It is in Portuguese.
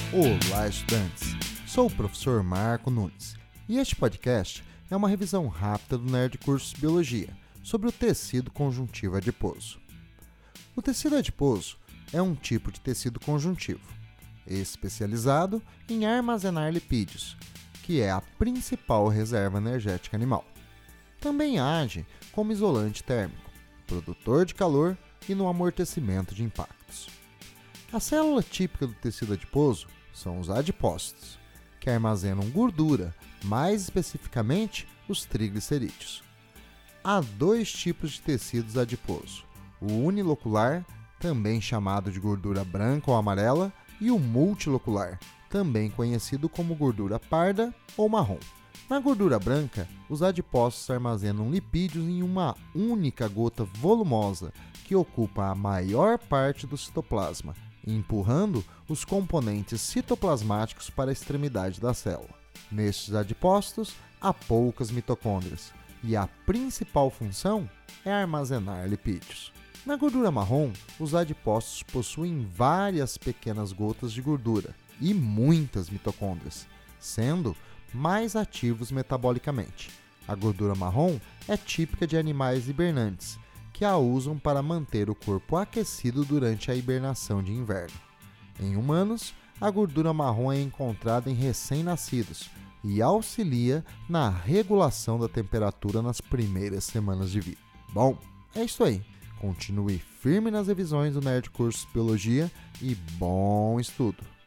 Olá, estudantes! Sou o professor Marco Nunes e este podcast é uma revisão rápida do Nerd Cursos Biologia sobre o tecido conjuntivo adiposo. O tecido adiposo é um tipo de tecido conjuntivo, especializado em armazenar lipídios, que é a principal reserva energética animal. Também age como isolante térmico, produtor de calor e no amortecimento de impactos. A célula típica do tecido adiposo são os adipócitos, que armazenam gordura, mais especificamente os triglicerídeos. Há dois tipos de tecidos adiposo: o unilocular, também chamado de gordura branca ou amarela, e o multilocular, também conhecido como gordura parda ou marrom. Na gordura branca, os adipócitos armazenam lipídios em uma única gota volumosa que ocupa a maior parte do citoplasma, empurrando os componentes citoplasmáticos para a extremidade da célula. Nestes adipócitos, há poucas mitocôndrias, e a principal função é armazenar lipídios. Na gordura marrom, os adipócitos possuem várias pequenas gotas de gordura e muitas mitocôndrias, sendo mais ativos metabolicamente. A gordura marrom é típica de animais hibernantes, que a usam para manter o corpo aquecido durante a hibernação de inverno. Em humanos, a gordura marrom é encontrada em recém-nascidos e auxilia na regulação da temperatura nas primeiras semanas de vida. Bom, é isso aí. Continue firme nas revisões do Nerd Cursos Biologia e bom estudo!